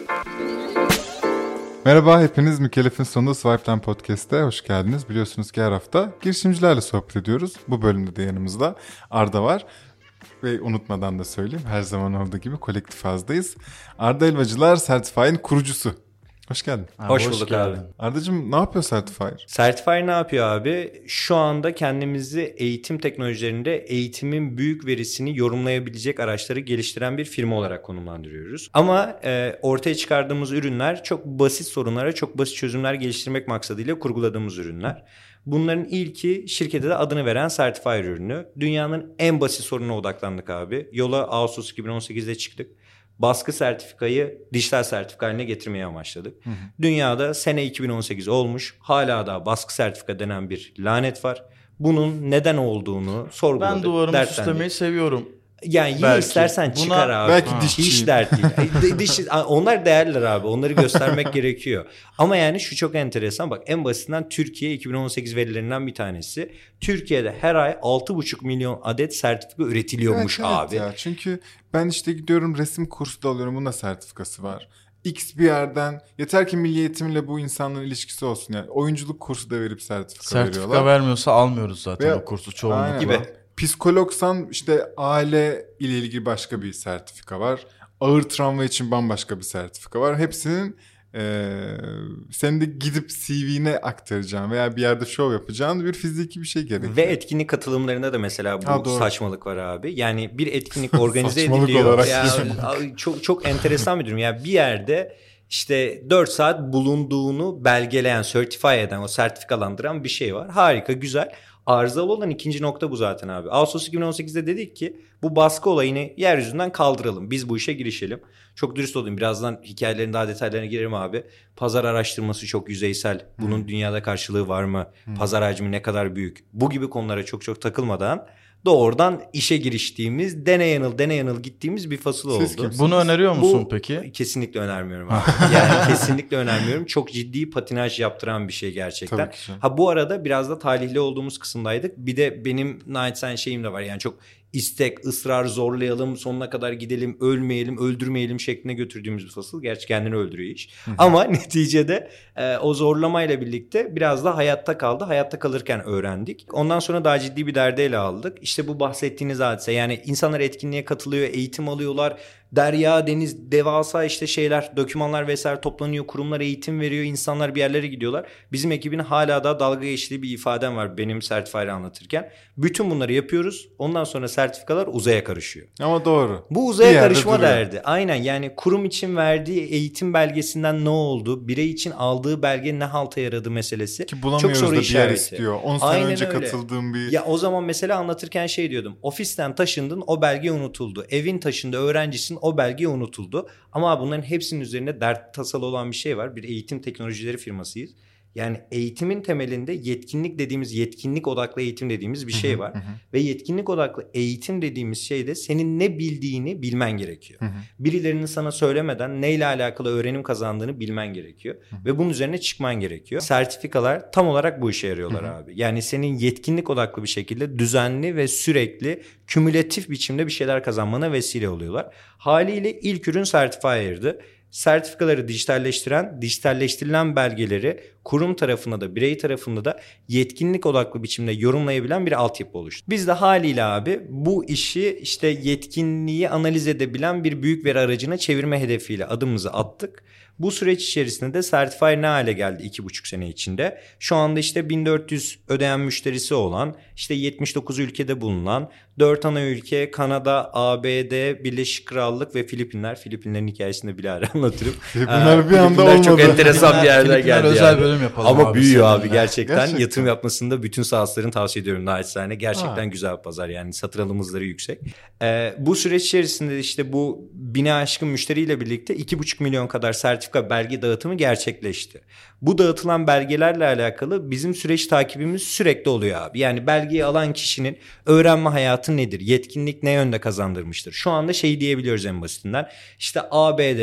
Merhaba, hepiniz Mükellef'in sonunda Swipe'den Podcast'te hoş geldiniz. Biliyorsunuz ki her hafta girişimcilerle sohbet ediyoruz. Bu bölümde de yanımızda Arda var. Ve unutmadan da söyleyeyim, her zaman olduğu gibi kolektif azdayız. Arda Elvacılar Certify'in kurucusu. Hoş geldin. Hoş bulduk abi. Ardacığım, ne yapıyor Certifyer? Certifyer ne yapıyor abi? Şu anda kendimizi eğitim teknolojilerinde eğitimin büyük verisini yorumlayabilecek araçları geliştiren bir firma olarak konumlandırıyoruz. Ama ortaya çıkardığımız ürünler çok basit sorunlara çok basit çözümler geliştirmek maksadıyla kurguladığımız ürünler. Bunların ilki şirkete de adını veren Certifyer ürünü. Dünyanın en basit sorununa odaklandık abi. Yola Ağustos 2018'de çıktık. Baskı sertifikayı dijital sertifika haline getirmeye amaçladık. Dünyada sene 2018 olmuş. Hala da baskı sertifika denen bir lanet var. Bunun neden olduğunu sorguladık. Ben duvarımı süslemeyi seviyorum. Yani yine belki. istersen çıkar abi. Belki dişçi. Hiç dert değil. Onlar değerliler abi. Onları göstermek gerekiyor. Ama yani şu çok enteresan. Bak, en basitinden Türkiye 2018 verilerinden bir tanesi. Türkiye'de her ay 6,5 milyon adet sertifika üretiliyormuş abi. Ya. Çünkü ben işte gidiyorum, resim kursu da alıyorum. Bunun da sertifikası var. X bir yerden, yeter ki milli eğitimle bu insanların ilişkisi olsun. Yani oyunculuk kursu da verip sertifika veriyorlar. Sertifika vermiyorsa almıyoruz zaten Ve o kursu çoğunlukla. Gibi. Psikologsan işte aile ile ilgili başka bir sertifika var. Ağır travma için bambaşka bir sertifika var. Hepsinin senin de gidip CV'ne aktaracağın veya bir yerde şov yapacağın bir fiziki bir şey gerekiyor. Ve etkinlik katılımlarında da mesela bu saçmalık var abi. Yani bir etkinlik organize Saçmalık ediliyor. olarak. Ya, çok enteresan bir durum. Yani bir yerde işte 4 saat bulunduğunu belgeleyen, certify eden, o sertifikalandıran bir şey var. Harika, güzel. Arızalı olan ikinci nokta bu zaten abi. Ağustos 2018'de dedik ki bu baskı olayını yeryüzünden kaldıralım. Biz bu işe girişelim. Çok dürüst olayım. Birazdan hikayelerin daha detaylarına girerim abi. Pazar araştırması çok yüzeysel. Bunun dünyada karşılığı var mı? Pazar hacmi ne kadar büyük? Bu gibi konulara çok takılmadan doğrudan işe giriştiğimiz, deney yanıl gittiğimiz bir fasıl oldu. Bunu öneriyor musun peki? Kesinlikle önermiyorum abi. Yani kesinlikle önermiyorum. Çok ciddi patinaj yaptıran bir şey gerçekten. Ha, bu arada biraz da talihli olduğumuz kısımdaydık. Bir de benim naçizane şeyim de var. Yani çok istek, ısrar, zorlayalım, sonuna kadar gidelim, ölmeyelim, öldürmeyelim şeklinde götürdüğümüz bir fasıl. Gerçi kendini öldürüyor iş. Ama neticede o zorlamayla birlikte biraz da hayatta kaldı. Hayatta kalırken öğrendik. Ondan sonra daha ciddi bir derdi ele aldık. İşte bu bahsettiğiniz hadise. Yani insanlar etkinliğe katılıyor, eğitim alıyorlar. Derya, deniz, devasa işte şeyler, dokümanlar vesaire toplanıyor. Kurumlar eğitim veriyor. İnsanlar bir yerlere gidiyorlar. Bizim ekibin hala da dalga geçtiği bir ifadem var benim Certify'ı anlatırken. Bütün bunları yapıyoruz. Ondan sonra sertifikalar uzaya karışıyor. Ama doğru. Bu uzaya karışma derdi. Aynen, yani kurum için verdiği eğitim belgesinden ne oldu? Birey için aldığı belge ne halta yaradı meselesi. Ki bulamıyoruz çok soru da işareti. bir yer istiyor. 10 sene önce katıldığım bir... Ya o zaman mesela anlatırken şey diyordum. Ofisten taşındın, o belge unutuldu. Evin taşındı, öğrencisin, o belge unutuldu. Ama bunların hepsinin üzerinde dert tasalı olan bir şey var. Bir eğitim teknolojileri firmasıyız. Yani eğitimin temelinde yetkinlik dediğimiz, yetkinlik odaklı eğitim dediğimiz bir şey var. Ve yetkinlik odaklı eğitim dediğimiz şeyde senin ne bildiğini bilmen gerekiyor. Birilerinin sana söylemeden neyle alakalı öğrenim kazandığını bilmen gerekiyor. Ve bunun üzerine çıkman gerekiyor. Sertifikalar tam olarak bu işe yarıyorlar abi. Yani senin yetkinlik odaklı bir şekilde düzenli ve sürekli kümülatif biçimde bir şeyler kazanmana vesile oluyorlar. Haliyle ilk ürün Certifyer'dı. Sertifikaları dijitalleştiren, dijitalleştirilen belgeleri kurum tarafında da birey tarafında da yetkinlik odaklı biçimde yorumlayabilen bir altyapı oluştu. Biz de haliyle abi bu işi işte yetkinliği analiz edebilen bir büyük veri aracına çevirme hedefiyle adımımızı attık. Bu süreç içerisinde de Certify ne hale geldi 2,5 sene içinde? Şu anda işte 1400 ödeyen müşterisi olan, işte 79 ülkede bulunan 4 ana ülke, Kanada, ABD, Birleşik Krallık ve Filipinler. Filipinlerin hikayesini bile anlatırım. Filipinler bir anda olmadı. Çok enteresan bir yerden geldi. Özel bölüm yapalım. Ama büyüyor abi gerçekten. Yatırım yapmasında bütün sahaslarını tavsiye ediyorum naçizane. Gerçekten güzel bir pazar, yani satır alım hızları yüksek. Bu süreç içerisinde işte bu 1000'e aşkın müşteriyle birlikte 2,5 milyon kadar sertifika belge dağıtımı gerçekleşti. Bu dağıtılan belgelerle alakalı bizim süreç takibimiz sürekli oluyor abi. Yani belgeyi alan kişinin öğrenme hayatı nedir? Yetkinlik ne yönde kazandırmıştır? Şu anda şey diyebiliyoruz en basitinden. İşte ABD'de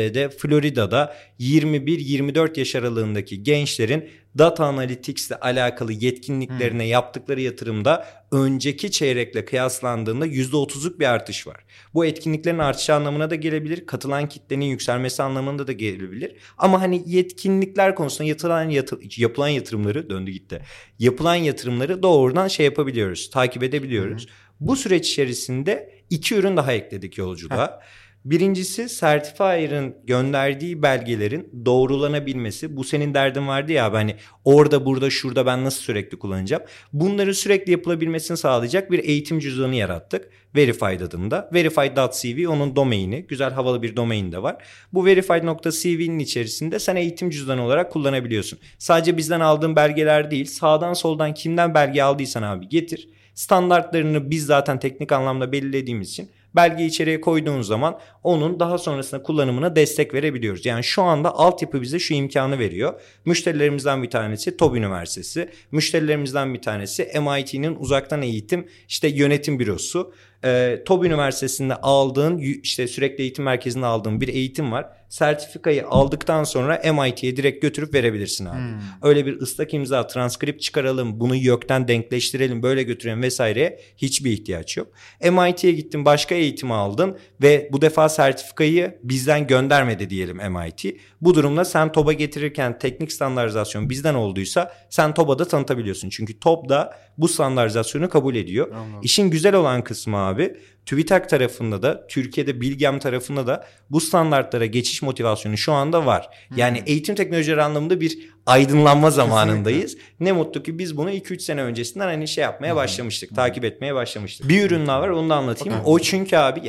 Florida'da 21-24 yaş aralığındaki gençlerin data analytics ile alakalı yetkinliklerine yaptıkları yatırımda önceki çeyrekle kıyaslandığında %30'luk bir artış var. Bu etkinliklerin artışı anlamına da gelebilir. Katılan kitlenin yükselmesi anlamında da gelebilir. Ama hani yetkinlikler konusunda yapılan yatırımları döndü gitti. Yapılan yatırımları doğrudan yapabiliyoruz, takip edebiliyoruz. Bu süreç içerisinde 2 ürün daha ekledik yolculuğa. Birincisi Certifier'ın gönderdiği belgelerin doğrulanabilmesi. Bu senin derdin vardı ya, hani orada burada şurada ben nasıl sürekli kullanacağım. Bunların sürekli yapılabilmesini sağlayacak bir eğitim cüzdanı yarattık. Verified adında. Verified.cv onun domaini. Güzel havalı bir domain de var. Bu verified.cv'nin içerisinde sen eğitim cüzdanı olarak kullanabiliyorsun. Sadece bizden aldığın belgeler değil, sağdan soldan kimden belge aldıysan abi getir. Standartlarını biz zaten teknik anlamda belirlediğimiz için belgeyi içeriye koyduğun zaman onun daha sonrasında kullanımına destek verebiliyoruz. Yani şu anda altyapı bize şu imkanı veriyor. Müşterilerimizden bir tanesi TOB Üniversitesi. Müşterilerimizden bir tanesi MIT'nin uzaktan eğitim yönetim bürosu. TOB Üniversitesi'nde aldığın sürekli eğitim merkezinde aldığın bir eğitim var. Sertifikayı aldıktan sonra MIT'ye direkt götürüp verebilirsin abi. Öyle bir ıslak imza, transkript çıkaralım, bunu YÖK'ten denkleştirelim, böyle götürelim vesaireye hiçbir ihtiyaç yok. MIT'ye gittin, başka eğitimi aldın ve bu defa sertifikayı bizden göndermedi diyelim MIT. Bu durumda sen TOB'a getirirken teknik standartizasyon bizden olduysa sen TOB'a da tanıtabiliyorsun. Çünkü TOB da bu standartizasyonu kabul ediyor. Anladım. İşin güzel olan kısmı abi, TÜBİTAK tarafında da Türkiye'de Bilgem tarafında da bu standartlara geçiş motivasyonu şu anda var. Yani eğitim teknolojileri anlamında bir aydınlanma zamanındayız. Ne mutlu ki biz bunu 2-3 sene öncesinden yapmaya başlamıştık. Takip etmeye başlamıştık. Bir ürün daha var, onu da anlatayım. O çünkü abi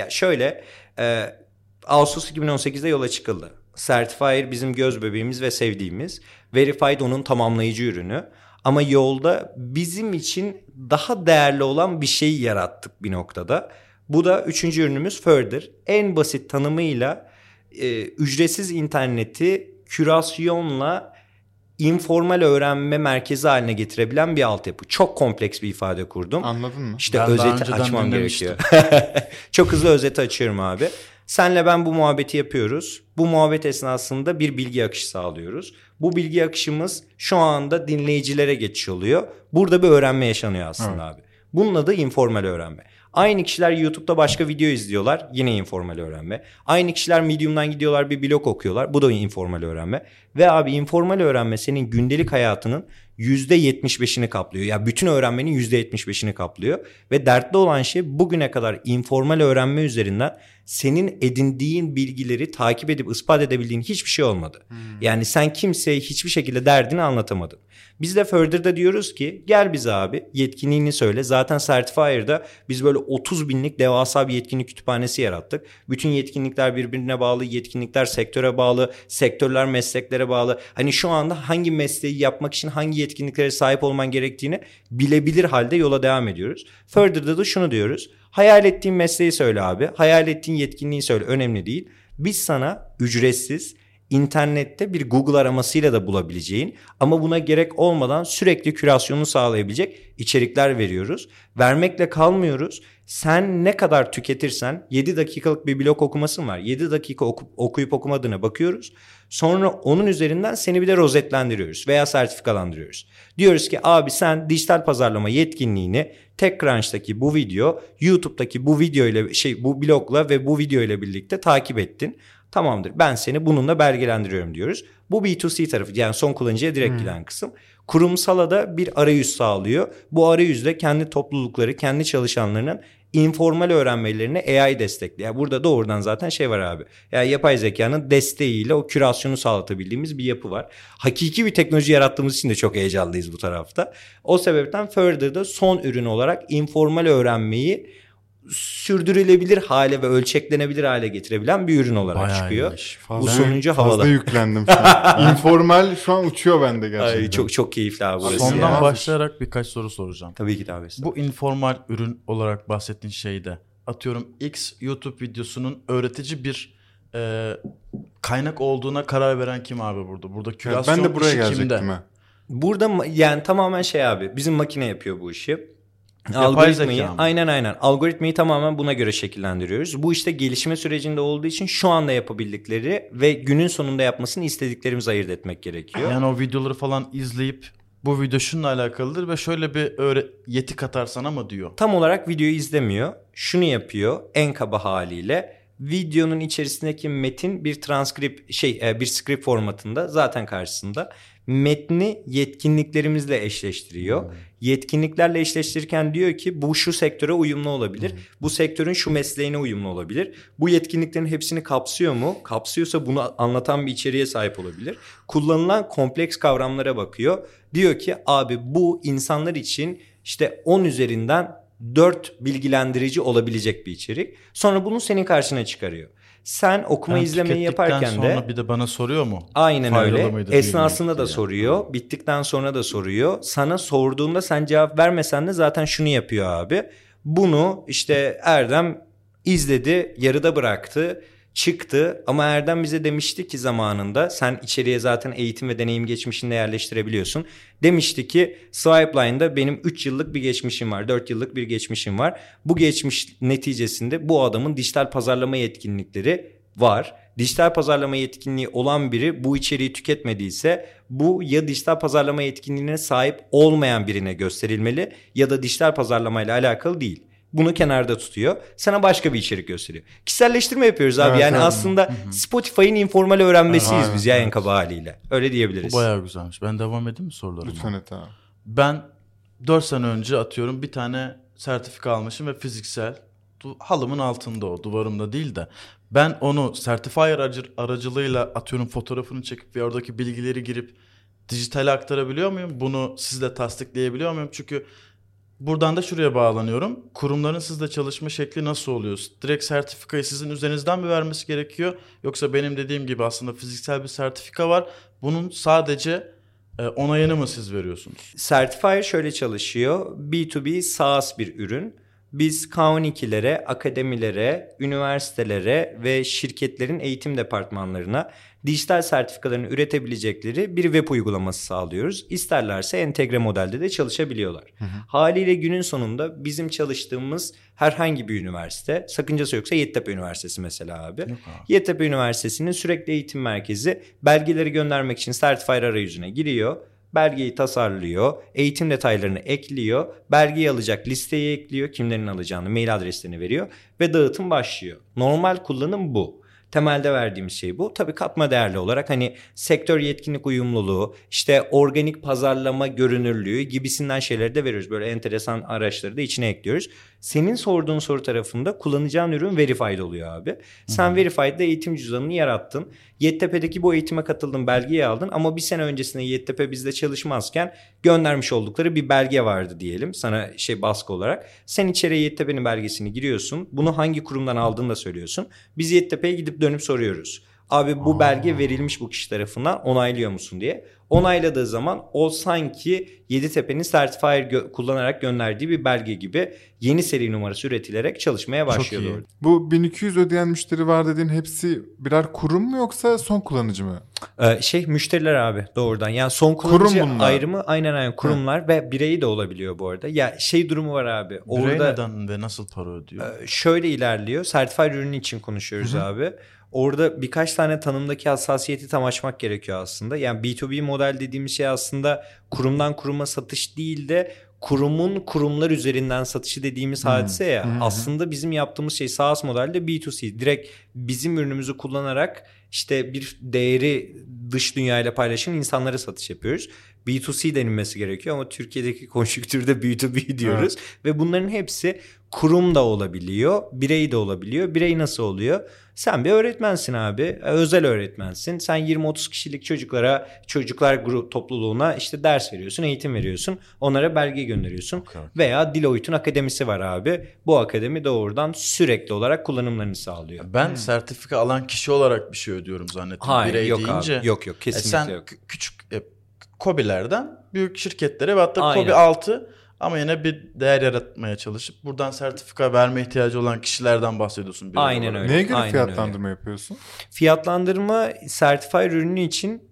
Ağustos 2018'de yola çıkıldı. Certifier bizim göz bebeğimiz ve sevdiğimiz. Verified onun tamamlayıcı ürünü. Ama yolda bizim için daha değerli olan bir şeyi yarattık bir noktada. Bu da 3. ürünümüz Further. En basit tanımıyla ücretsiz interneti kürasyonla informal öğrenme merkezi haline getirebilen bir altyapı. Çok kompleks bir ifade kurdum. Anladın mı? Ben özeti açmam gerekiyor. Çok hızlı özeti açıyorum abi. Senle ben bu muhabbeti yapıyoruz. Bu muhabbet esnasında bir bilgi akışı sağlıyoruz. Bu bilgi akışımız şu anda dinleyicilere geçiş oluyor. Burada bir öğrenme yaşanıyor aslında abi. Bunun adı informal öğrenme. Aynı kişiler YouTube'da başka video izliyorlar. Yine informal öğrenme. Aynı kişiler Medium'dan gidiyorlar, bir blog okuyorlar. Bu da informal öğrenme. Ve abi informal öğrenme senin gündelik hayatının %75'ini kaplıyor. Ya bütün öğrenmenin %75'ini kaplıyor. Ve dertli olan şey, bugüne kadar informal öğrenme üzerinden senin edindiğin bilgileri takip edip ispat edebildiğin hiçbir şey olmadı. Yani sen kimseye hiçbir şekilde derdini anlatamadın. Biz de Further'da diyoruz ki gel bize abi yetkinliğini söyle. Zaten Certifier'da biz böyle 30 binlik devasa bir yetkinlik kütüphanesi yarattık. Bütün yetkinlikler birbirine bağlı, yetkinlikler sektöre bağlı, sektörler mesleklere bağlı. Hani şu anda hangi mesleği yapmak için hangi yetkinliklere sahip olman gerektiğini bilebilir halde yola devam ediyoruz. Further'da da şunu diyoruz. Hayal ettiğin mesleği söyle abi. Hayal ettiğin yetkinliği söyle. Önemli değil. Biz sana ücretsiz internette bir Google aramasıyla da bulabileceğin ama buna gerek olmadan sürekli kürasyonunu sağlayabilecek içerikler veriyoruz. Vermekle kalmıyoruz. Sen ne kadar tüketirsen 7 dakikalık bir blog okumasın var. 7 dakika okuyup okumadığına bakıyoruz. Sonra onun üzerinden seni bir de rozetlendiriyoruz veya sertifikalandırıyoruz. Diyoruz ki abi sen dijital pazarlama yetkinliğini TechCrunch'taki bu video, YouTube'daki bu video ile bu blogla ve bu video ile birlikte takip ettin. Tamamdır, ben seni bununla belgelendiriyorum diyoruz. Bu B2C tarafı, yani son kullanıcıya direkt giden kısım. Kurumsala da bir arayüz sağlıyor. Bu arayüzde kendi toplulukları, kendi çalışanlarının informal öğrenmelerini AI destekliyor. Yani burada doğrudan zaten var abi. Yani yapay zekanın desteğiyle o kürasyonu sağlatabildiğimiz bir yapı var. Hakiki bir teknoloji yarattığımız için de çok heyecanlıyız bu tarafta. O sebepten Further'da son ürün olarak informal öğrenmeyi sürdürülebilir hale ve ölçeklenebilir hale getirebilen bir ürün olarak bayağı çıkıyor. Bu sonuncu havalı. Fazla yüklendim şu an. Informal şu an uçuyor bende gerçekten. Ay, çok çok keyifli abi burası. Sondan başlayarak birkaç soru soracağım. Tabii ki de abi. Bu informal ürün olarak bahsettiğin şeyde atıyorum X YouTube videosunun öğretici bir kaynak olduğuna karar veren kim abi burada? Burada küresyon ben de buraya işi kimde? Kimde? Burada yani tamamen abi bizim makine yapıyor bu işi. Algoritmayı aynen algoritmayı tamamen buna göre şekillendiriyoruz. Bu işte gelişme sürecinde olduğu için şu anda yapabildikleri ve günün sonunda yapmasını istediklerimizi ayırt etmek gerekiyor. Yani o videoları falan izleyip bu video şununla alakalıdır ve şöyle bir yeti katar sana mı diyor. Tam olarak videoyu izlemiyor. Şunu yapıyor en kaba haliyle. Videonun içerisindeki metin bir bir script formatında zaten karşısında. Metni yetkinliklerimizle eşleştiriyor. Yetkinliklerle eşleştirirken diyor ki bu şu sektöre uyumlu olabilir. Bu sektörün şu mesleğine uyumlu olabilir. Bu yetkinliklerin hepsini kapsıyor mu? Kapsıyorsa bunu anlatan bir içeriğe sahip olabilir. Kullanılan kompleks kavramlara bakıyor. Diyor ki abi bu insanlar için işte 10 üzerinden 4 bilgilendirici olabilecek bir içerik. Sonra bunu senin karşına çıkarıyor. Sen okuma izlemeyi yaparken sonra bir de bana soruyor mu? Aynen öyle. Esnasında da soruyor. Bittikten sonra da soruyor. Sana sorduğunda sen cevap vermesen de zaten şunu yapıyor abi. Bunu işte Erdem izledi, yarıda bıraktı, çıktı. Ama Erdem bize demişti ki zamanında sen içeriye zaten eğitim ve deneyim geçmişini de yerleştirebiliyorsun. Demişti ki Swipeline'da benim 3 yıllık bir geçmişim var, 4 yıllık bir geçmişim var. Bu geçmiş neticesinde bu adamın dijital pazarlama yetkinlikleri var. Dijital pazarlama yetkinliği olan biri bu içeriği tüketmediyse bu ya dijital pazarlama yetkinliğine sahip olmayan birine gösterilmeli ya da dijital pazarlamayla alakalı değil. Bunu kenarda tutuyor. Sana başka bir içerik gösteriyor. Kişiselleştirme yapıyoruz abi. Evet, yani aslında Spotify'ın informal öğrenmesiyiz biz ya en kaba haliyle. Öyle diyebiliriz. Bu bayağı güzelmiş. Ben devam edeyim mi sorularıma? Lütfen et abi. Ben 4 sene önce atıyorum bir tane sertifika almışım ve fiziksel. Halımın altında o, duvarımda değil de. Ben onu Certifier aracılığıyla atıyorum fotoğrafını çekip ve oradaki bilgileri girip dijitale aktarabiliyor muyum? Bunu sizle tasdikleyebiliyor muyum? Çünkü buradan da şuraya bağlanıyorum. Kurumların sizle çalışma şekli nasıl oluyor? Direkt sertifikayı sizin üzerinizden mi vermesi gerekiyor? Yoksa benim dediğim gibi aslında fiziksel bir sertifika var. Bunun sadece onayını mı siz veriyorsunuz? Certifier şöyle çalışıyor. B2B SaaS bir ürün. Biz K12'lere, akademilere, üniversitelere ve şirketlerin eğitim departmanlarına dijital sertifikalarını üretebilecekleri bir web uygulaması sağlıyoruz. İsterlerse entegre modelde de çalışabiliyorlar. Haliyle günün sonunda bizim çalıştığımız herhangi bir üniversite, sakıncası yoksa Yeditepe Üniversitesi mesela abi. Yeditepe Üniversitesi'nin sürekli eğitim merkezi belgeleri göndermek için Certifier arayüzüne giriyor. Belgeyi tasarlıyor, eğitim detaylarını ekliyor, belgeyi alacak listeyi ekliyor, kimlerin alacağını, mail adreslerini veriyor ve dağıtım başlıyor. Normal kullanım bu. Temelde verdiğimiz şey bu. Tabii katma değerli olarak hani sektör yetkinlik uyumluluğu, işte organik pazarlama görünürlüğü gibisinden şeyleri de veriyoruz. Böyle enteresan araçları da içine ekliyoruz. Senin sorduğun soru tarafında kullanacağın ürün verified oluyor abi. Sen verified'de eğitim cüzdanını yarattın. Yeditepe'deki bu eğitime katıldın, belgeyi aldın ama bir sene öncesinde Yeditepe bizde çalışmazken göndermiş oldukları bir belge vardı diyelim sana baskı olarak. Sen içeriye Yeditepe'nin belgesini giriyorsun. Bunu hangi kurumdan aldığını da söylüyorsun. Biz Yeditepe'ye gidip dönüp soruyoruz. Abi bu belge verilmiş bu kişi tarafından, onaylıyor musun diye. Onayladığı zaman o sanki Yeditepe'nin Certifier kullanarak gönderdiği bir belge gibi yeni seri numarası üretilerek çalışmaya başlıyor. Bu 1200 ödeyen müşteri var dediğin hepsi birer kurum mu yoksa son kullanıcı mı? Müşteriler abi doğrudan. Yani son kullanıcı ayrımı aynen kurumlar ve bireyi de olabiliyor bu arada. Ya durumu var abi. Birey neden ve nasıl para ödüyor? Şöyle ilerliyor. Certifier ürünü için konuşuyoruz abi. Orada birkaç tane tanımdaki hassasiyeti tam açmak gerekiyor aslında. Yani B2B model dediğimiz şey aslında kurumdan kuruma satış değil de kurumun kurumlar üzerinden satışı dediğimiz hadise ya. Aslında bizim yaptığımız şey SaaS modelde B2C. Direkt bizim ürünümüzü kullanarak işte bir değeri dış dünyayla paylaşan insanlara satış yapıyoruz. B2C denilmesi gerekiyor ama Türkiye'deki konjüktürde B2B diyoruz. Ve bunların hepsi kurum da olabiliyor, birey de olabiliyor. Birey nasıl oluyor? Sen bir öğretmensin abi, özel öğretmensin. Sen 20-30 kişilik çocuklar grup topluluğuna işte ders veriyorsun, eğitim veriyorsun. Onlara belge gönderiyorsun. Okay. Veya Deloitte'un akademisi var abi. Bu akademi doğrudan sürekli olarak kullanımlarını sağlıyor. Ben sertifika alan kişi olarak bir şey ödüyorum zannettim. Hayır, birey yok deyince. Abi, yok kesinlikle yok. Sen küçük KOBİ'lerden büyük şirketlere ve hatta KOBİ altı ama yine bir değer yaratmaya çalışıp buradan sertifika verme ihtiyacı olan kişilerden bahsediyorsun. Aynen öyle. Neye göre fiyatlandırma yapıyorsun? Fiyatlandırma Certifier ürünü için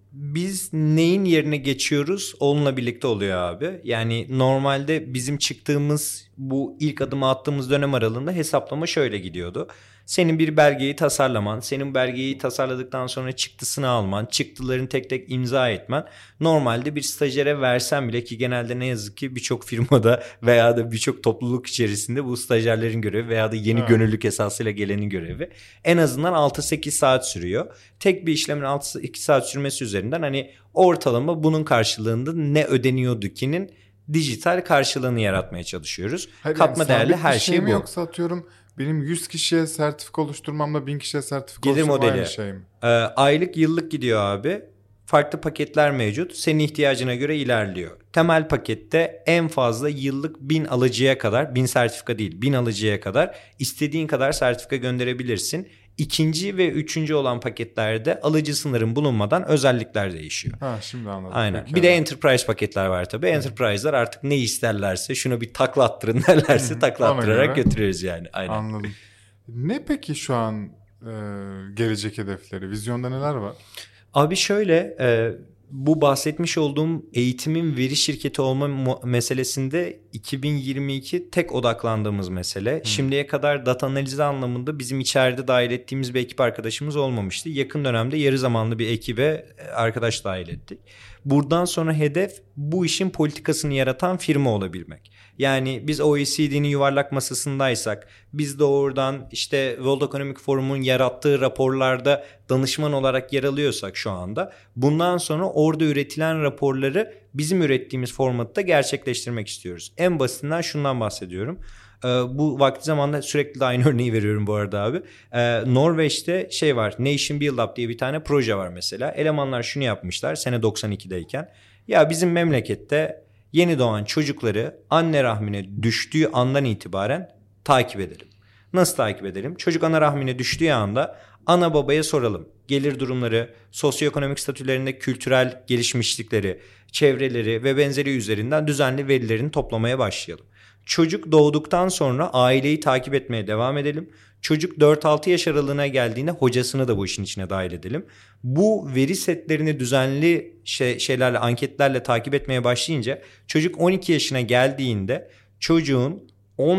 biz neyin yerine geçiyoruz onunla birlikte oluyor abi. Yani normalde bizim çıktığımız bu ilk adımı attığımız dönem aralığında hesaplama şöyle gidiyordu. Senin bir belgeyi tasarlaman, senin belgeyi tasarladıktan sonra çıktısını alman, çıktılarını tek tek imza etmen. Normalde bir stajyere versen bile, ki genelde ne yazık ki birçok firmada veya da birçok topluluk içerisinde bu stajyerlerin görevi veya da yeni gönüllülük esasıyla gelenin görevi. En azından 6-8 saat sürüyor. Tek bir işlemin 6-2 saat sürmesi üzerinden hani ortalama bunun karşılığında ne ödeniyordu ki'nin dijital karşılığını yaratmaya çalışıyoruz. Hayır, Katma yani değerli sabit her bir şey bu. Yoksa atıyorum benim 100 kişiye sertifika oluşturmamla 1000 kişiye sertifika Gelir oluşturmam modeli. aynı şey mi? Aylık yıllık gidiyor abi. Farklı paketler mevcut. Senin ihtiyacına göre ilerliyor. Temel pakette en fazla yıllık 1000 alıcıya kadar, 1000 sertifika değil 1000 alıcıya kadar istediğin kadar sertifika gönderebilirsin. İkinci ve üçüncü olan paketlerde alıcı sınırın bulunmadan özellikler değişiyor. Ha, şimdi anladım. Aynen. Peki, Bir de enterprise paketler var tabii. Enterprise'lar artık ne isterlerse, şunu bir takla attırın derlerse takla attırarak götürüyoruz yani. Aynen. Anladım. Ne peki şu an gelecek hedefleri? Vizyonda neler var? Abi şöyle, bu bahsetmiş olduğum eğitimin veri şirketi olma meselesinde 2022 tek odaklandığımız mesele. Şimdiye kadar data analizi anlamında bizim içeride dahil ettiğimiz bir ekip arkadaşımız olmamıştı. Yakın dönemde yarı zamanlı bir ekibe arkadaş dahil ettik. Buradan sonra hedef bu işin politikasını yaratan firma olabilmek. Yani biz OECD'nin yuvarlak masasındaysak, biz de oradan işte World Economic Forum'un yarattığı raporlarda danışman olarak yer alıyorsak şu anda, bundan sonra orada üretilen raporları bizim ürettiğimiz formatta gerçekleştirmek istiyoruz. En basitinden şundan bahsediyorum. Bu vakti zamanında sürekli de aynı örneği veriyorum bu arada abi. Norveç'te şey var, Nation Build Up diye bir tane proje var mesela. Elemanlar şunu yapmışlar sene 92'deyken. Ya bizim memlekette yeni doğan çocukları anne rahmine düştüğü andan itibaren takip edelim. Nasıl takip edelim? Çocuk ana rahmine düştüğü anda ana babaya soralım. Gelir durumları, sosyoekonomik statülerinde kültürel gelişmişlikleri, çevreleri ve benzeri üzerinden düzenli verilerini toplamaya başlayalım. Çocuk doğduktan sonra aileyi takip etmeye devam edelim. Çocuk 4-6 yaş aralığına geldiğinde hocasını da bu işin içine dahil edelim. Bu veri setlerini düzenli şeylerle, anketlerle takip etmeye başlayınca çocuk 12 yaşına geldiğinde çocuğun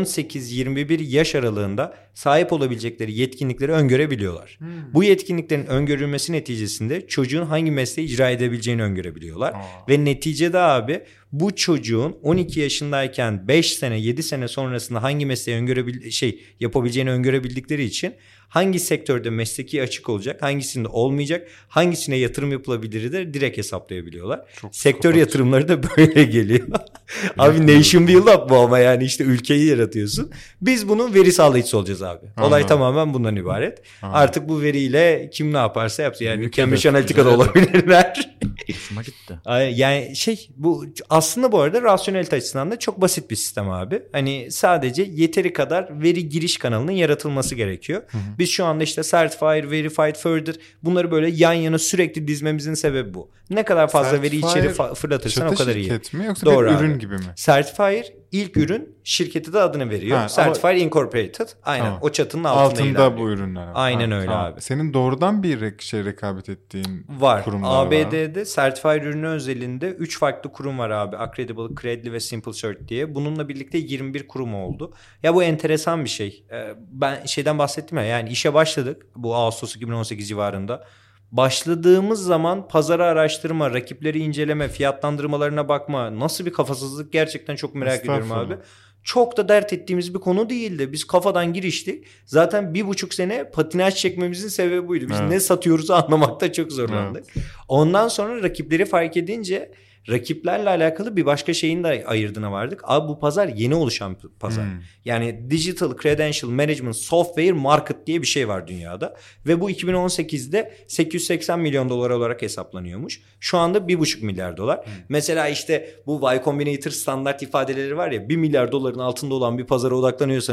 18-21 yaş aralığında sahip olabilecekleri yetkinlikleri öngörebiliyorlar. Bu yetkinliklerin öngörülmesi neticesinde çocuğun hangi mesleği icra edebileceğini öngörebiliyorlar. Ve neticede abi bu çocuğun 12 yaşındayken 5 sene 7 sene sonrasında hangi mesleği yapabileceğini öngörebildikleri için hangi sektörde mesleki açık olacak, hangisinde olmayacak, hangisine yatırım yapılabilir de direkt hesaplayabiliyorlar. Sektör yatırımları da böyle geliyor. Abi Nation Build Up bu ama yani işte ülkeyi yaratıyorsun. Biz bunun veri sağlayıcısı olacağız abi. Olay tamamen bundan ibaret. Artık bu veriyle kim ne yaparsa yapsın. Yani Cambridge Analytica'da olabilirler. Hoşuma gitti. Yani bu aslında bu arada rasyonelite açısından da çok basit bir sistem abi. Hani sadece yeteri kadar veri giriş kanalının yaratılması gerekiyor. Biz şu anda işte Certifier, Verified Further bunları böyle yan yana sürekli dizmemizin sebebi bu. Ne kadar fazla veri içeri fırlatırsan o kadar iyi. Şirket mi yoksa Doğru bir abi. ürün gibi mi? Certifier ilk ürün, şirketi de adını veriyor. Certifier Incorporated. Aynen. Tamam. O çatının altında ilerliyor. Bu ürünler. Aynen öyle abi. Senin doğrudan bir rekabet ettiğin var. Kurumlar var. ABD'de Certifier ürünü özelinde 3 farklı kurum var abi. Accredible, Credly ve SimpleCert diye. Bununla birlikte 21 kurum oldu. Ya bu enteresan bir şey. Ben şeyden bahsettim ya. Yani işe başladık bu Ağustos 2018 civarında. Başladığımız zaman pazarı araştırma, rakipleri inceleme, fiyatlandırmalarına bakma. Nasıl bir kafasızlık gerçekten çok merak ediyorum abi. Çok da dert ettiğimiz bir konu değildi. Biz kafadan giriştik. Zaten 1,5 sene patinaj çekmemizin sebebi buydu. Biz ne satıyoruzu anlamakta çok zorlandık. Ondan sonra rakipleri fark edince rakiplerle alakalı bir başka şeyin de ayırdığına vardık. Abi bu pazar yeni oluşan pazar. Yani Digital Credential Management Software Market diye bir şey var dünyada. Ve bu 2018'de 880 milyon dolar olarak hesaplanıyormuş. Şu anda 1,5 milyar dolar. Mesela işte bu Y Combinator standart ifadeleri var ya, 1 milyar doların altında olan bir pazara odaklanıyorsanız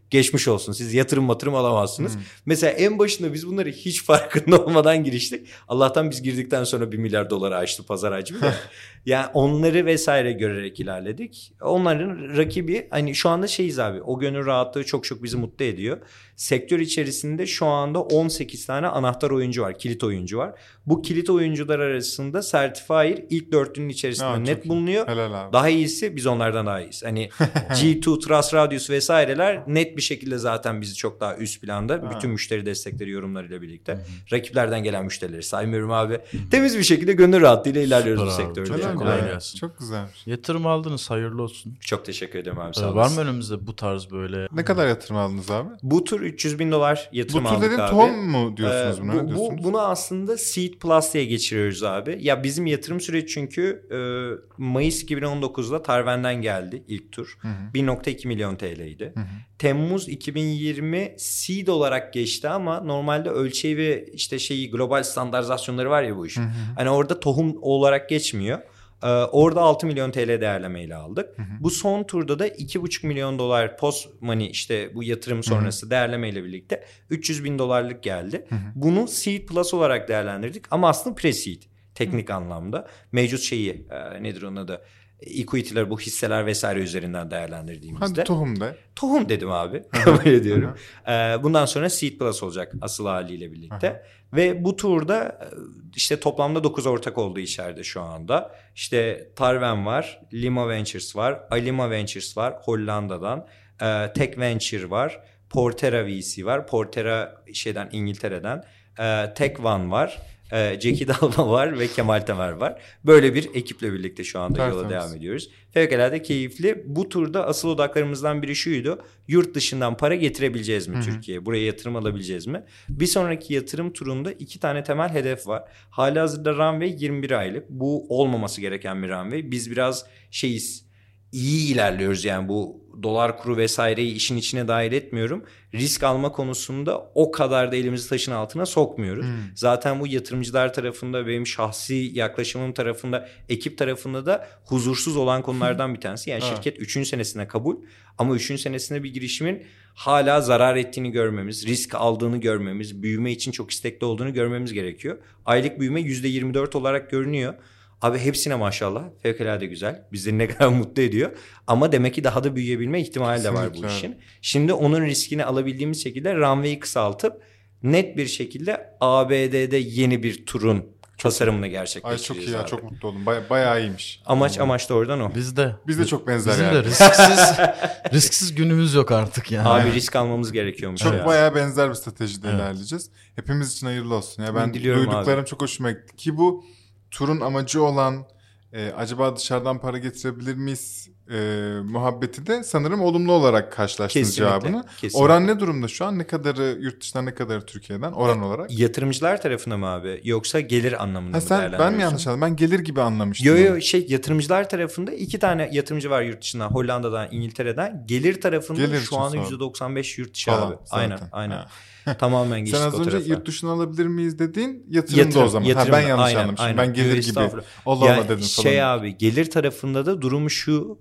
Geçmiş olsun. Siz yatırım alamazsınız. Mesela en başında biz bunları hiç farkında olmadan giriştik. Allah'tan biz girdikten sonra $1 milyar aştı pazar hacmi de. Yani onları vesaire görerek ilerledik. Onların rakibi hani şu anda şeyiz abi. O gönül rahatlığı çok bizi mutlu ediyor. Sektör içerisinde şu anda 18 tane anahtar oyuncu var. Kilit oyuncu var. Bu kilit oyuncular arasında Certifier ilk dörtlünün içerisinde net bulunuyor. Daha iyisi biz onlardan daha iyiyiz. Hani G2, Trust Radius vesaireler net bir şekilde zaten bizi çok daha üst planda. Bütün müşteri destekleri yorumlarıyla birlikte. Rakiplerden gelen müşterileri saymıyorum abi. Temiz bir şekilde gönül rahatlığıyla ilerliyoruz bu sektörde. Çok kolay gelsin. Çok güzelmiş. Yatırım aldınız, hayırlı olsun. Çok teşekkür ederim abi. Sağ var mı önümüzde bu tarz böyle? Ne kadar yatırım aldınız abi? Bu tur $300.000 yatırım aldık abi. Bu tur dediğin tohum mu diyorsunuz buna? Bunu aslında Seed Plus diye geçiriyoruz abi. Ya bizim yatırım süreci çünkü Mayıs 2019'da Tarven'den geldi ilk tur. 1.2 milyon TL'ydi. Temmuz 2020 Seed olarak geçti ama normalde ölçeği ve işte global standartizasyonları var ya bu işin. Hani orada tohum olarak geçmiyor. Orada 6 milyon TL değerlemeyle aldık. Bu son turda da $2,5 milyon post money işte bu yatırım sonrası değerlemeyle birlikte $300.000 geldi. Bunu Seed Plus olarak değerlendirdik ama aslında Pre-Seed teknik anlamda. Mevcut nedir onun adı? Equity'ler bu hisseler vesaire üzerinden değerlendirdiğimizde. Hadi tohum de. Tohum dedim abi. Kabul ediyorum. Bundan sonra Seed Plus olacak asıl haliyle birlikte. Ve bu turda işte toplamda 9 ortak olduğu içeride şu anda. İşte Tarven var, Lima Ventures var, Alima Ventures var Hollanda'dan, Tech Venture var, Portera VC var, Portera İngiltere'den, Tech One var. Ceki Dalma var ve Kemal Temer var. Böyle bir ekiple birlikte şu anda yola devam ediyoruz. Fevkalade keyifli. Bu turda asıl odaklarımızdan biri şuydu. Yurt dışından para getirebileceğiz mi Türkiye'ye? Buraya yatırım alabileceğiz mi? Bir sonraki yatırım turunda 2 tane temel hedef var. Halihazırda runway 21 aylık. Bu olmaması gereken bir runway. Biz biraz iyi ilerliyoruz yani bu dolar kuru vesaireyi işin içine dahil etmiyorum. Risk alma konusunda o kadar da elimizi taşın altına sokmuyoruz. Zaten bu yatırımcılar tarafında benim şahsi yaklaşımım tarafında ekip tarafında da huzursuz olan konulardan bir tanesi. Yani şirket 3. senesine kabul ama 3. senesinde bir girişimin hala zarar ettiğini görmemiz, risk aldığını görmemiz, büyüme için çok istekli olduğunu görmemiz gerekiyor. Aylık büyüme %24 olarak görünüyor. Abi hepsine maşallah fevkalade güzel. Bizleri ne kadar mutlu ediyor. Ama demek ki daha da büyüyebilme ihtimali de var bu işin. Şimdi onun riskini alabildiğimiz şekilde runway'i kısaltıp net bir şekilde ABD'de yeni bir turun tasarımını gerçekleştireceğiz. Ay çok iyi ya, çok mutlu oldum. Bayağı iyiymiş. Amaç da oradan o. Biz de çok benzer bizim yani. Bizim de risksiz günümüz yok artık yani. Abi risk almamız gerekiyormuş. Çok bayağı benzer bir stratejide ilerleyeceğiz. Hepimiz için hayırlı olsun. Ya ben duyduklarım çok hoşuma gitti. Ki bu turun amacı olan acaba dışarıdan para getirebilir miyiz muhabbeti de sanırım olumlu olarak karşılaştınız cevabını. Kesinlikle. Oran ne durumda şu an? Ne kadarı yurt dışından, ne kadarı Türkiye'den oran olarak? Yatırımcılar tarafına mı abi? Yoksa gelir anlamında mı değerlendiriyorsun? Ben mi yanlış anladım? Ben gelir gibi anlamıştım. Yatırımcılar tarafında 2 tane yatırımcı var yurt dışından. Hollanda'dan, İngiltere'den. Gelir tarafında şu anda %95 yurt dışı falan, abi. Aynen. Tamamen geçtik o tarafa. Sen az önce yurt dışına alabilir miyiz dediğin yatırımda o zaman. Ben yanlış anlamışım. Ben gelir gibi. Allah dedim falan. Abi gelir tarafında da durumu şu.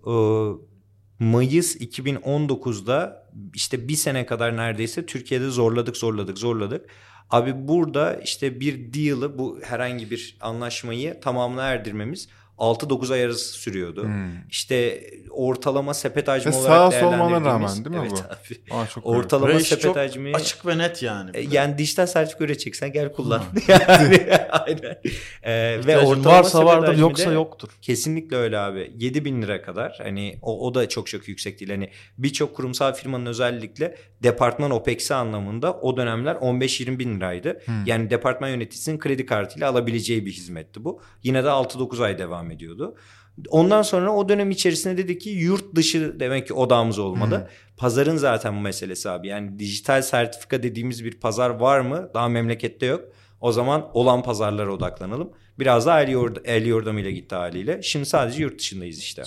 Mayıs 2019'da işte bir sene kadar neredeyse Türkiye'de zorladık. Abi burada işte bir deal'ı bu herhangi bir anlaşmayı tamamına erdirmemiz 6-9 ay arası sürüyordu. İşte ortalama sepet hacmi olarak değerlendirdiğimiz. Sağ rağmen değil mi evet bu? Abi. Çok ortalama sepet hacmi. Açık ve net yani. Yani dijital sertifika üreteceksen gel kullan. Yani aynen. Ve ortalama varsa vardır yoksa yoktur. Kesinlikle öyle abi. 7.000 lira kadar. Hani o da çok yüksek değil. Hani birçok kurumsal firmanın özellikle departman OPEX'i anlamında o dönemler 15-20 bin liraydı. Yani departman yöneticisinin kredi kartıyla alabileceği bir hizmetti bu. Yine de 6-9 ay devam ediyordu. Ondan sonra o dönem içerisinde dedik ki yurt dışı demek ki odağımız olmalı. Pazarın zaten bu meselesi abi. Yani dijital sertifika dediğimiz bir pazar var mı? Daha memlekette yok. O zaman olan pazarlara odaklanalım. Biraz da el yordamıyla gitti haliyle. Şimdi sadece yurt dışındayız işte.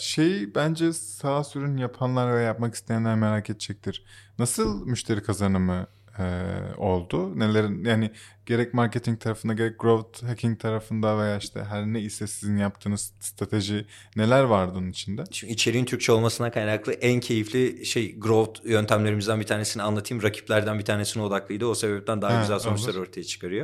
Bence SaaS ürün yapanlar ve yapmak isteyenler merak edecektir. Nasıl müşteri kazanımı oldu? Nelerin yani gerek marketing tarafında gerek growth hacking tarafında veya işte her ne ise sizin yaptığınız strateji neler vardı onun içinde? Şimdi içeriğin Türkçe olmasına kaynaklı en keyifli growth yöntemlerimizden bir tanesini anlatayım. Rakiplerden bir tanesine odaklıydı. O sebepten daha güzel sonuçlar ortaya çıkarıyor.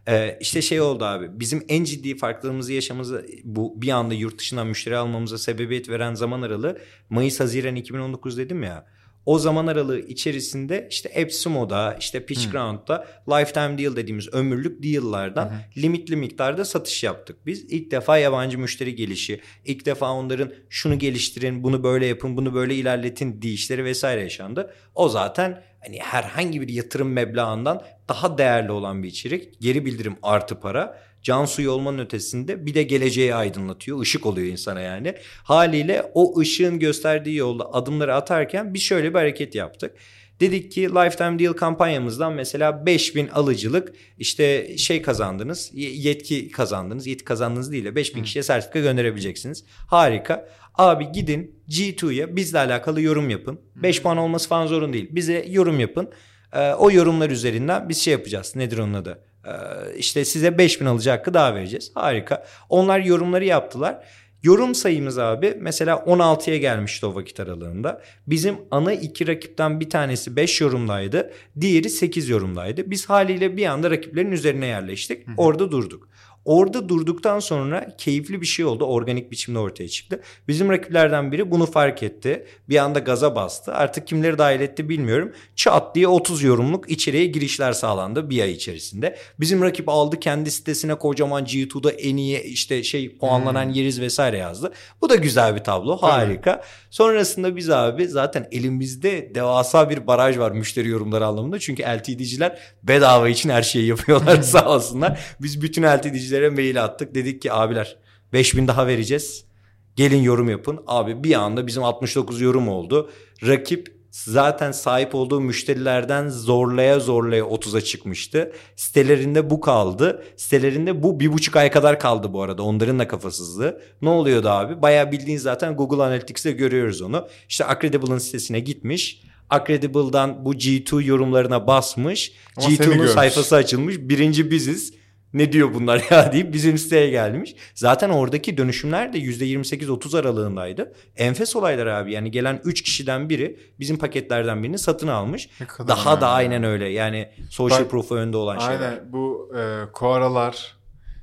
İşte oldu abi. Bizim en ciddi farklılığımızı yaşamamızı, bu bir anda yurt dışından müşteri almamıza sebebiyet veren zaman aralığı Mayıs-Haziran 2019 dedim ya. O zaman aralığı içerisinde işte AppSumo'da, işte PitchGround'da lifetime deal dediğimiz ömürlük deal'lardan limitli miktarda satış yaptık. Biz ilk defa yabancı müşteri gelişi, ilk defa onların şunu geliştirin, bunu böyle yapın, bunu böyle ilerletin deyişleri vesaire yaşandı. O zaten hani herhangi bir yatırım meblağından daha değerli olan bir içerik. Geri bildirim artı para. Can suyu olmanın ötesinde bir de geleceği aydınlatıyor. Işık oluyor insana yani. Haliyle o ışığın gösterdiği yolda adımları atarken biz şöyle bir hareket yaptık. Dedik ki Lifetime Deal kampanyamızdan mesela 5000 alıcılık işte kazandınız, yetki kazandınız. Yetki kazandınız değil de 5000 kişiye sertifika gönderebileceksiniz. Harika. Abi gidin G2'ya bizle alakalı yorum yapın. 5 puan olması falan zorun değil. Bize yorum yapın. O yorumlar üzerinden biz yapacağız. Nedir onun adı? İşte size 5000 alıcı hakkı daha vereceğiz. Harika. Onlar yorumları yaptılar. Yorum sayımız abi mesela 16'ya gelmişti o vakit aralığında. Bizim ana 2 rakipten bir tanesi 5 yorumdaydı. Diğeri 8 yorumdaydı. Biz haliyle bir anda rakiplerin üzerine yerleştik. Orada durduk. Orada durduktan sonra keyifli bir şey oldu. Organik biçimde ortaya çıktı. Bizim rakiplerden biri bunu fark etti. Bir anda gaza bastı. Artık kimleri dahil etti bilmiyorum. Çat diye 30 yorumluk içeriye girişler sağlandı bir ay içerisinde. Bizim rakip aldı kendi sitesine kocaman G2'da en iyi işte puanlanan yeriz vesaire yazdı. Bu da güzel bir tablo. Harika. Sonrasında biz abi zaten elimizde devasa bir baraj var müşteri yorumları anlamında. Çünkü LTD'ciler bedava için her şeyi yapıyorlar sağ olsunlar. Biz bütün LTD'cilere mail attık. Dedik ki abiler 5000 daha vereceğiz. Gelin yorum yapın. Abi bir anda bizim 69 yorum oldu. Rakip zaten sahip olduğu müşterilerden zorlaya 30'a çıkmıştı. Sitelerinde bu kaldı. Sitelerinde bu 1,5 ay kadar kaldı bu arada. Onların da kafasızlığı. Ne oluyordu abi? Bayağı bildiğin zaten Google Analytics'te görüyoruz onu. İşte Accredible'ın sitesine gitmiş. Accredible'dan bu G2 yorumlarına basmış. Ama G2'nun sayfası açılmış. Birinci biziz. Ne diyor bunlar ya deyip bizim siteye gelmiş. Zaten oradaki dönüşümler de %28-30 aralığındaydı. Enfes olaylar abi. Yani gelen 3 kişiden biri bizim paketlerden birini satın almış. Daha da aynen öyle. Yani social proof'u önde olan şeyler. Aynen bu koaralar,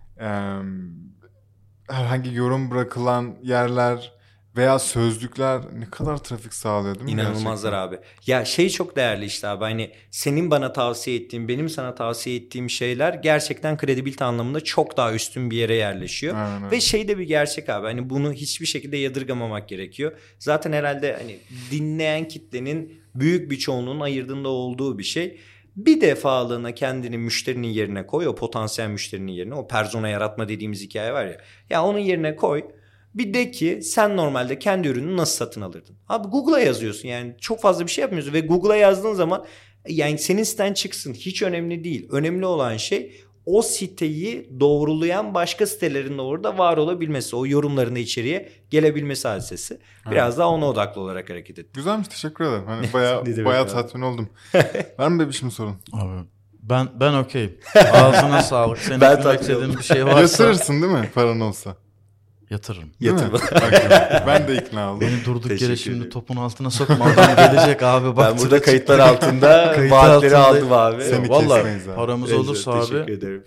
herhangi yorum bırakılan yerler veya sözlükler ne kadar trafik sağlıyor değil mi? İnanılmazlar gerçekten. Abi. Ya çok değerli işte abi. Hani senin bana tavsiye ettiğin, benim sana tavsiye ettiğim şeyler gerçekten kredibilite anlamında çok daha üstün bir yere yerleşiyor. Aynen. Ve de bir gerçek abi. Hani bunu hiçbir şekilde yadırgamamak gerekiyor. Zaten herhalde hani dinleyen kitlenin büyük bir çoğunluğunun ayırdığında olduğu bir şey. Bir defalığına kendini müşterinin yerine koy. O potansiyel müşterinin yerine. O persona yaratma dediğimiz hikaye var ya. Ya onun yerine koy. Bir de ki sen normalde kendi ürününü nasıl satın alırdın? Abi Google'a yazıyorsun yani çok fazla bir şey yapmıyorsun ve Google'a yazdığın zaman yani senin siten çıksın hiç önemli değil. Önemli olan şey o siteyi doğrulayan başka sitelerin de orada var olabilmesi. O yorumların da içeriye gelebilmesi hadisesi. Biraz daha ona odaklı olarak hareket ettim. Güzelmiş, teşekkür ederim. Hani bayağı tatmin oldum. Var mı bir sorum? Abi ben okeyim. Ağzına sağlık. Senin bilmek istediğin bir şey varsa. Yatırırsın değil mi paran olsa? Yatırırım. Ben de ikna oldum. Beni durduk yere şimdi topun altına sokma. Adam gelecek abi. Ben burada kayıtlar altında vaatleri aldım abi. Seni vallahi abi. Paramız olursa abi. Teşekkür ederim.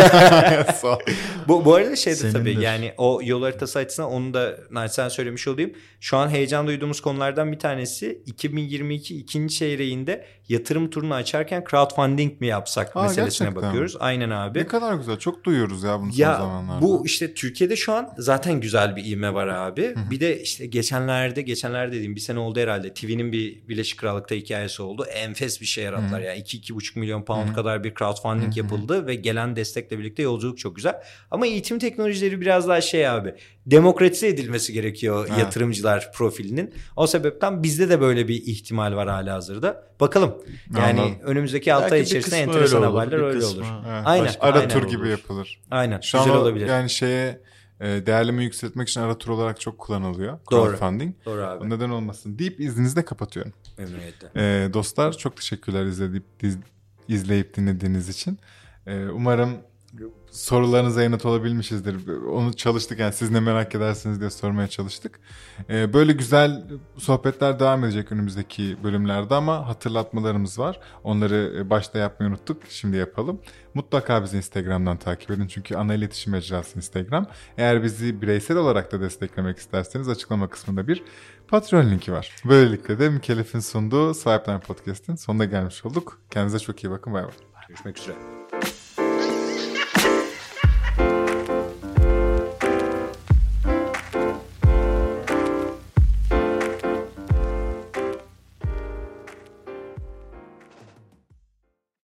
bu arada tabii yani o yol haritası açısından onu da naçizane söylemiş olayım. Şu an heyecan duyduğumuz konulardan bir tanesi 2022 ikinci çeyreğinde yatırım turunu açarken crowdfunding mi yapsak meselesine gerçekten bakıyoruz. Aynen abi. Ne kadar güzel. Çok duyuyoruz ya bunu son zamanlarda. Bu işte Türkiye'de şu an zaten güzel bir ivme var abi. Bir de işte geçenlerde dediğim bir sene oldu herhalde. TV'nin bir Birleşik Krallık'ta hikayesi oldu. Enfes bir şey yarattılar. Yani 2-2,5 milyon pound kadar bir crowdfunding yapıldı ve gelen destekle birlikte yolculuk çok güzel. Ama eğitim teknolojileri biraz daha abi. Demokratize edilmesi gerekiyor yatırımcılar profilinin. O sebepten bizde de böyle bir ihtimal var halihazırda. Bakalım. Yani önümüzdeki 6 ay içerisinde enteresan haberler öyle olur. Evet. Aynen. Ara tur gibi yapılır. Aynen. Şu güzel an olabilir. Yani değerleme yükseltmek için ara tur olarak çok kullanılıyor. Crowdfunding. Doğru abi. Neden olmasın deyip izninizle kapatıyorum. Memnuniyetle. Dostlar çok teşekkürler izleyip dinlediğiniz için. Umarım sorularınıza yanıt olabilmişizdir. Onu çalıştık, yani siz ne merak edersiniz diye sormaya çalıştık. Böyle güzel sohbetler devam edecek önümüzdeki bölümlerde ama hatırlatmalarımız var. Onları başta yapmayı unuttuk. Şimdi yapalım. Mutlaka bizi Instagram'dan takip edin. Çünkü ana iletişim mecrası Instagram. Eğer bizi bireysel olarak da desteklemek isterseniz açıklama kısmında bir Patreon linki var. Böylelikle de Mükellef'in sunduğu Swipeline Podcast'in sonuna gelmiş olduk. Kendinize çok iyi bakın. Bay bay. Görüşmek üzere.